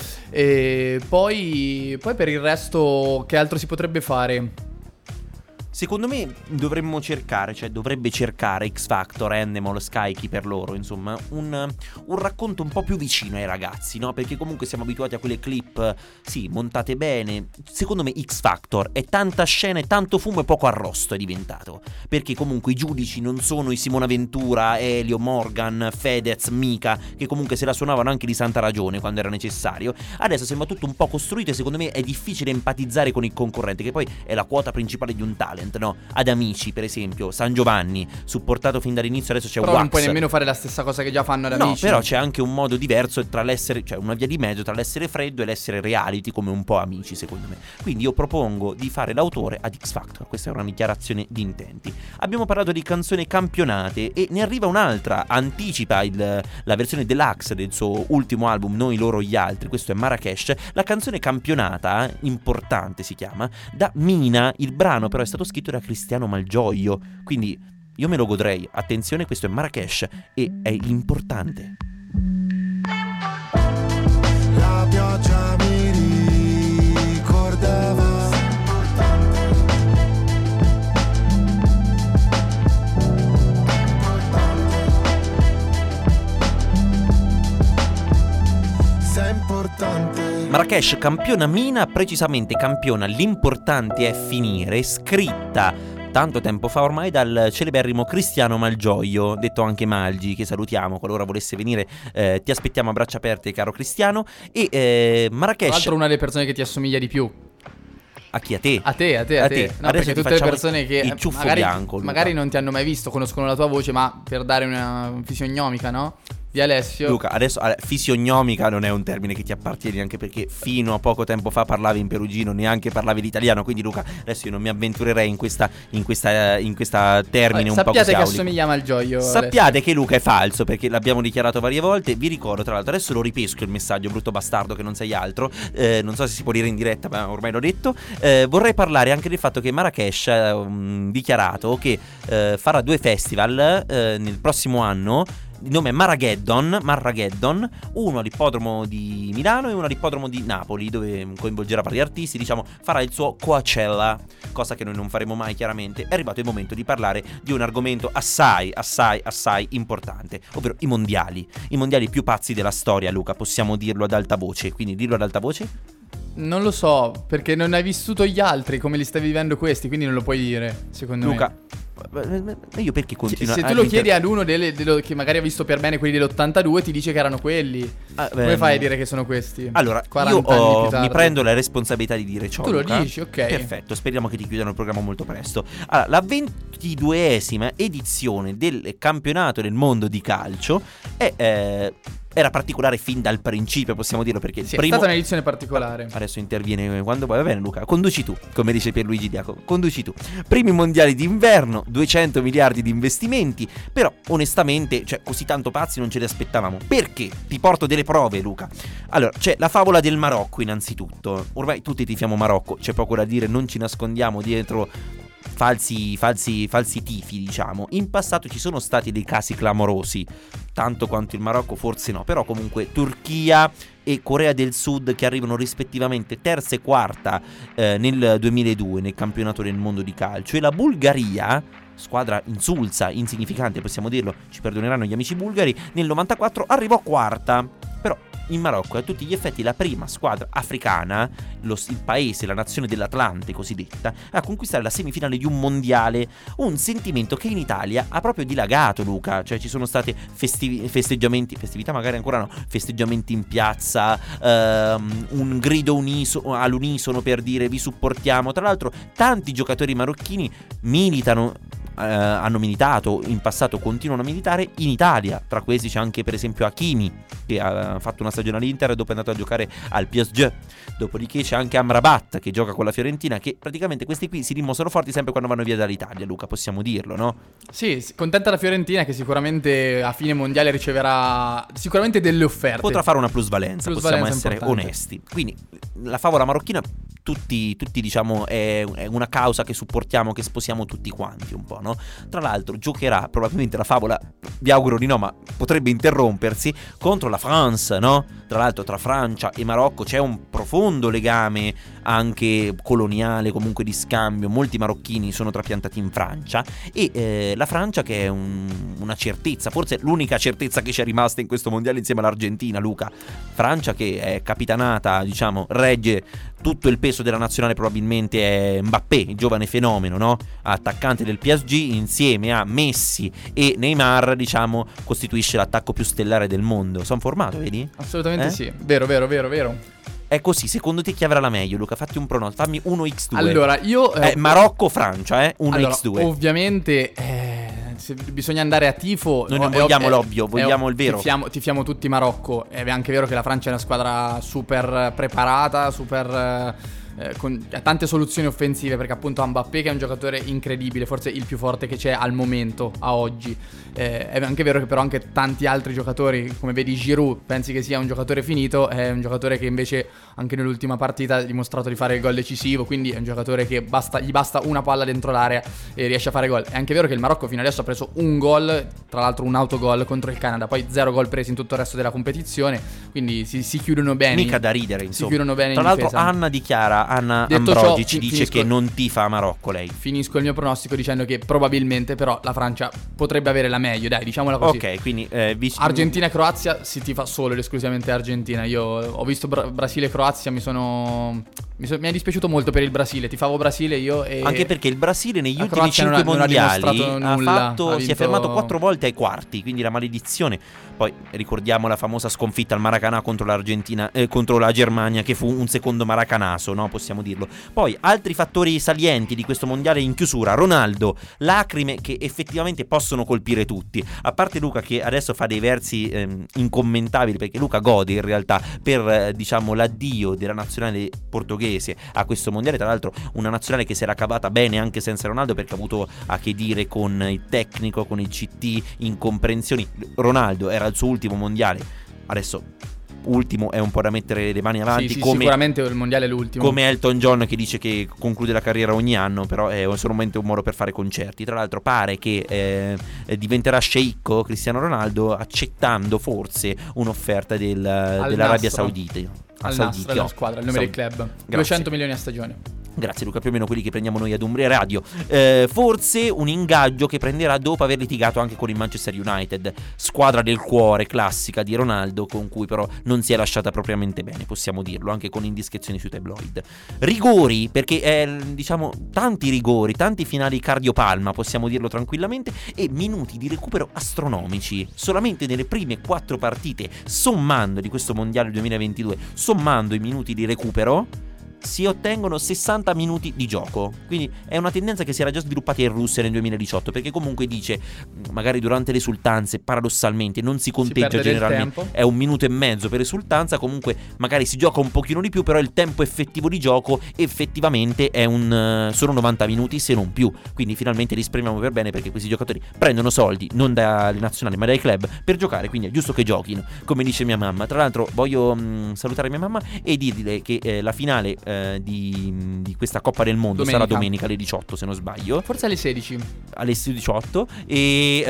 E poi, poi per il resto che altro si potrebbe fare? Secondo me dovremmo cercare, cioè dovrebbe cercare X Factor, Endemol, Sky, chi per loro, insomma, un, un racconto un po' più vicino ai ragazzi, no? Perché comunque siamo abituati a quelle clip, sì, montate bene. Secondo me X Factor è tanta scena e tanto fumo e poco arrosto è diventato. Perché comunque i giudici non sono i Simona Ventura, Elio, Morgan, Fedez, Mika, che comunque se la suonavano anche di santa ragione quando era necessario. Adesso sembra tutto un po' costruito e secondo me è difficile empatizzare con il concorrente, che poi è la quota principale di un talent. No, ad Amici per esempio San Giovanni, supportato fin dall'inizio, adesso c'è però Wax. non puoi nemmeno fare la stessa cosa che già fanno ad No, Amici. però c'è anche un modo diverso tra l'essere, cioè una via di mezzo tra l'essere freddo e l'essere reality, come un po' Amici secondo me. Quindi io propongo di fare l'autore ad X Factor. Questa è una dichiarazione di intenti. Abbiamo parlato di canzoni campionate e ne arriva un'altra, anticipa il, la versione deluxe del suo ultimo album Noi, loro, gli altri. Questo è Marrakesh. La canzone campionata, importante si chiama, da Mina. Il brano però è stato scritto da Cristiano Malgioglio, quindi io me lo godrei. Attenzione, questo è Marrakesh e è l'importante. La pioggia mi ricordava sei importante. Marrakesh campiona Mina, precisamente campiona L'importante è finire, scritta tanto tempo fa ormai dal celeberrimo Cristiano Malgioglio, detto anche Malgi, che salutiamo qualora volesse venire. Eh, ti aspettiamo a braccia aperte, caro Cristiano. E eh, Marrakesh, tra l'altro una delle persone che ti assomiglia di più. A chi? A te? A te, a te, a, a te. te. No, Adesso perché ti tutte le facciamo persone che il ciuffo magari, bianco, Luca. magari non ti hanno mai visto, conoscono la tua voce, ma per dare una fisionomica, no? Di Alessio. Luca, adesso fisionomica non è un termine che ti appartiene, anche perché fino a poco tempo fa parlavi in perugino, neanche parlavi l'italiano. Quindi Luca, adesso io non mi avventurerei in questa in questa in questa termine eh, un po' così. Sappiate che assomiglia a Malgioglio. Sappiate Alessio. che Luca è falso, perché l'abbiamo dichiarato varie volte. Vi ricordo, tra l'altro, adesso lo ripesco il messaggio, brutto bastardo che non sei altro. eh, Non so se si può dire in diretta, ma ormai l'ho detto. eh, Vorrei parlare anche del fatto che Marrakesh ha um, dichiarato che eh, farà due festival eh, nel prossimo anno. Il nome è Marrageddon, Marrageddon, uno all'ippodromo di Milano e uno all'ippodromo di Napoli, dove coinvolgerà vari artisti. Diciamo, farà il suo Coachella, cosa che noi non faremo mai, chiaramente. È arrivato il momento di parlare di un argomento assai, assai, assai importante, ovvero i mondiali. I mondiali più pazzi della storia, Luca, possiamo dirlo ad alta voce. Quindi dirlo ad alta voce? Non lo so, perché non hai vissuto gli altri come li stai vivendo questi, quindi non lo puoi dire, secondo Luca, me. io perché continuo se a tu lo inter- chiedi ad uno delle, dello, che magari ha visto per bene quelli dell'ottantadue, ti dice che erano quelli. Ah, Come beh, fai a dire che sono questi? Allora, io quaranta anni ho- più tardi. mi prendo la responsabilità di dire ciò. Tu lo Luca. dici, ok. Perfetto, speriamo che ti chiudano il programma molto presto. Allora, la ventiduesima edizione del campionato del mondo di calcio è, eh, era particolare fin dal principio, possiamo dirlo, perché il Sì, primo... è stata un'edizione particolare. Adesso interviene quando vuoi. Va bene, Luca, conduci tu, come dice Pierluigi Diaco, conduci tu. Primi mondiali d'inverno, duecento miliardi di investimenti, però onestamente, cioè, così tanto pazzi non ce li aspettavamo. Perché? Ti porto delle prove, Luca. Allora, c'è la favola del Marocco innanzitutto. Ormai tutti tifiamo Marocco, c'è poco da dire, non ci nascondiamo dietro falsi, falsi, falsi tifi, diciamo. In passato ci sono stati dei casi clamorosi, tanto quanto il Marocco forse no, però comunque Turchia e Corea del Sud che arrivano rispettivamente terza e quarta eh, nel duemiladue nel campionato del mondo di calcio, e la Bulgaria, squadra insulsa, insignificante possiamo dirlo, ci perdoneranno gli amici bulgari, nel novantaquattro arrivò quarta. Però il Marocco è a tutti gli effetti la prima squadra africana, lo, il paese, la nazione dell'Atlante cosiddetta, a conquistare la semifinale di un mondiale. Un sentimento che in Italia ha proprio dilagato, Luca. Cioè ci sono stati festivi, festeggiamenti, festività magari ancora no, festeggiamenti in piazza, ehm, un grido uniso, all'unisono per dire vi supportiamo. Tra l'altro tanti giocatori marocchini militano, eh, hanno militato in passato, continuano a militare in Italia. Tra questi c'è anche per esempio Hakimi, che ha fatto una stagione all'Inter e dopo è andato a giocare al P S G. Dopodiché c'è anche Amrabat che gioca con la Fiorentina, che praticamente questi qui si dimostrano forti sempre quando vanno via dall'Italia, Luca, possiamo dirlo, no? Sì, contenta la Fiorentina che sicuramente a fine mondiale riceverà sicuramente delle offerte. Potrà fare una plusvalenza, possiamo Plusvalenza essere importante. onesti. Quindi la favola marocchina tutti, tutti diciamo è, è una causa che supportiamo, che sposiamo tutti quanti un po', no? Tra l'altro giocherà probabilmente la favola, vi auguro di no, ma potrebbe interrompersi, contro la France, no? Tra l'altro tra Francia e Marocco c'è un profondo legame anche coloniale, comunque di scambio. Molti marocchini sono trapiantati in Francia e eh, la Francia che è un, una certezza, forse l'unica certezza che ci è rimasta in questo mondiale insieme all'Argentina, Luca. Francia che è capitanata, diciamo, regge tutto il peso della nazionale, probabilmente è Mbappé, il giovane fenomeno, no? Attaccante del P S G, insieme a Messi e Neymar, diciamo, costituisce l'attacco più stellare del mondo. Sono formato, vedi? Assolutamente Eh? sì, vero, vero, vero, vero. È così, secondo te chi avrà la meglio, Luca? Fatti un pronostico, fammi uno per due. Allora, io eh, Marocco-Francia, eh? uno allora, per due. Ovviamente eh, se bisogna andare a tifo. Noi non è- vogliamo è- l'ovvio, è- vogliamo il vero. Tifiamo, tifiamo tutti Marocco. È anche vero che la Francia è una squadra super preparata, super eh, eh, con ha tante soluzioni offensive, perché appunto ha Mbappé che è un giocatore incredibile, forse il più forte che c'è al momento, a oggi. Eh, è anche vero che però anche tanti altri giocatori, come vedi Giroud, pensi che sia un giocatore finito, è un giocatore che invece anche nell'ultima partita ha dimostrato di fare il gol decisivo, quindi è un giocatore che basta, gli basta una palla dentro l'area e riesce a fare gol. È anche vero che il Marocco fino adesso ha preso un gol, tra l'altro un autogol contro il Canada, poi zero gol presi in tutto il resto della competizione, quindi si, si chiudono bene. Mica da ridere, Si insomma. chiudono bene Tra in l'altro difesa. Anna dichiara, Anna Detto Ambrogi ciò, ci fi- dice finisco- che non tifa Marocco lei. Finisco il mio pronostico dicendo che probabilmente però la Francia potrebbe avere la meglio, dai, diciamola così. Ok, quindi eh, vic- Argentina e Croazia si tifa solo ed esclusivamente Argentina. Io ho visto Bra- Brasile e Croazia, mi sono mi, so- mi è dispiaciuto molto per il Brasile. Tifavo Brasile io e Anche perché il Brasile negli la ultimi Croazia cinque non ha- non ha mondiali dimostrato ha nulla, fatto, ha si è vinto- fermato quattro volte ai quarti, quindi la maledizione. Poi ricordiamo la famosa sconfitta al Maracanã contro l'Argentina, eh, contro la Germania, che fu un secondo maracanaso, no? Possiamo dirlo. Poi altri fattori salienti di questo mondiale in chiusura: Ronaldo, lacrime che effettivamente possono colpire tutti. A parte Luca che adesso fa dei versi ehm, incommentabili, perché Luca gode in realtà per eh, diciamo l'addio della nazionale portoghese a questo mondiale. Tra l'altro una nazionale che si era cavata bene anche senza Ronaldo, perché ha avuto a che dire con il tecnico, con il C T, incomprensioni. Ronaldo era il suo ultimo mondiale, adesso ultimo è un po' da mettere le mani avanti, sì, sì, come, sicuramente il mondiale è l'ultimo. come Elton John che dice che conclude la carriera ogni anno, però è solamente un modo per fare concerti. Tra l'altro pare che eh, diventerà sceicco Cristiano Ronaldo, accettando forse un'offerta del, dell'Arabia Nastro. Saudita. Al Saudita. Nasr, la squadra, il nome Saudi- del club. Grazie. duecento milioni a stagione. Grazie Luca, più o meno quelli che prendiamo noi ad Umbria Radio. eh, Forse un ingaggio che prenderà dopo aver litigato anche con il Manchester United, squadra del cuore classica di Ronaldo, con cui però non si è lasciata propriamente bene, possiamo dirlo, anche con indiscrezioni sui tabloid. Rigori, perché è, diciamo, tanti rigori, tanti finali cardiopalma, possiamo dirlo tranquillamente, e minuti di recupero astronomici. Solamente nelle prime quattro partite, sommando di questo mondiale duemilaventidue, sommando i minuti di recupero, si ottengono sessanta minuti di gioco. Quindi è una tendenza che si era già sviluppata in Russia nel duemiladiciotto, perché comunque dice, magari durante le esultanze paradossalmente non si conteggia, si generalmente è un minuto e mezzo per esultanza, comunque magari si gioca un pochino di più, però il tempo effettivo di gioco effettivamente è un sono novanta minuti se non più. Quindi finalmente li esprimiamo per bene, perché questi giocatori prendono soldi non dalle nazionali ma dai club per giocare, quindi è giusto che giochino, come dice mia mamma. Tra l'altro voglio mh, salutare mia mamma e dirle che eh, la finale Di, di questa Coppa del Mondo domenica. sarà domenica alle diciotto, se non sbaglio, forse alle sedici, alle diciotto, e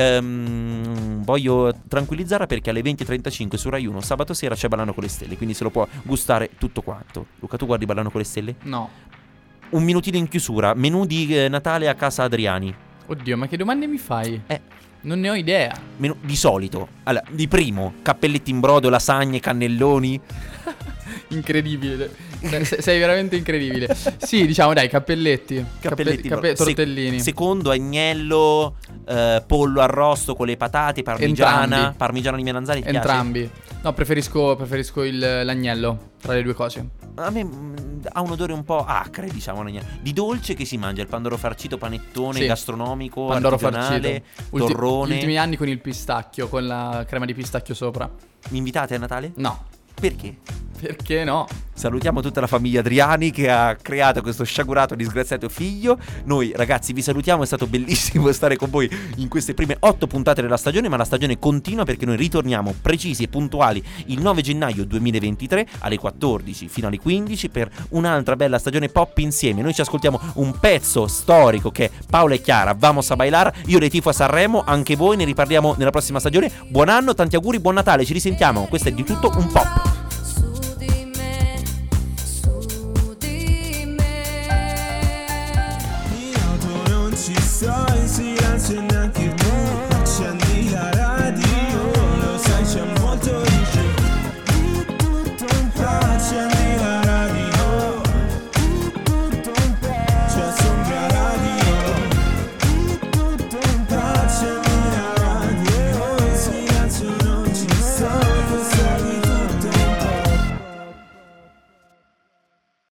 um, voglio tranquillizzarla perché alle venti e trentacinque su Rai uno sabato sera c'è Ballano con le Stelle, quindi se lo può gustare tutto quanto. Luca, tu guardi Ballano con le Stelle? No. Un minutino in chiusura, menù di eh, Natale a casa Adriani. Oddio, ma che domande mi fai? Eh Non ne ho idea. Menù di solito, allora, di primo cappelletti in brodo, lasagne, cannelloni. Incredibile. sei, sei veramente incredibile. Sì, diciamo, dai, cappelletti, Cappelletti, cappe, cappe, tortellini. Se, secondo agnello, eh, pollo arrosto con le patate, parmigiana, Entrambi. parmigiano di melanzane. Entrambi. No, preferisco, preferisco il, l'agnello tra le due cose. A me mh, ha un odore un po' acre, diciamo, l'agnello. Di dolce che si mangia il pandoro farcito, panettone sì. gastronomico, pandoro artigianale, farcito. torrone. Ulti, gli ultimi anni con il pistacchio, con la crema di pistacchio sopra. Mi invitate a Natale? No. Perché? Perché no? Salutiamo tutta la famiglia Adriani che ha creato questo sciagurato disgraziato figlio. Noi ragazzi vi salutiamo, è stato bellissimo stare con voi in queste prime otto puntate della stagione, ma la stagione continua perché noi ritorniamo precisi e puntuali il nove gennaio duemilaventitré alle quattordici fino alle quindici per un'altra bella stagione pop insieme. Noi ci ascoltiamo un pezzo storico che è Paola e Chiara, Vamos a bailar. Io le tifo a Sanremo, anche voi, ne riparliamo nella prossima stagione. Buon anno, tanti auguri, buon Natale, ci risentiamo. Questo è Di Tutto Un Pop.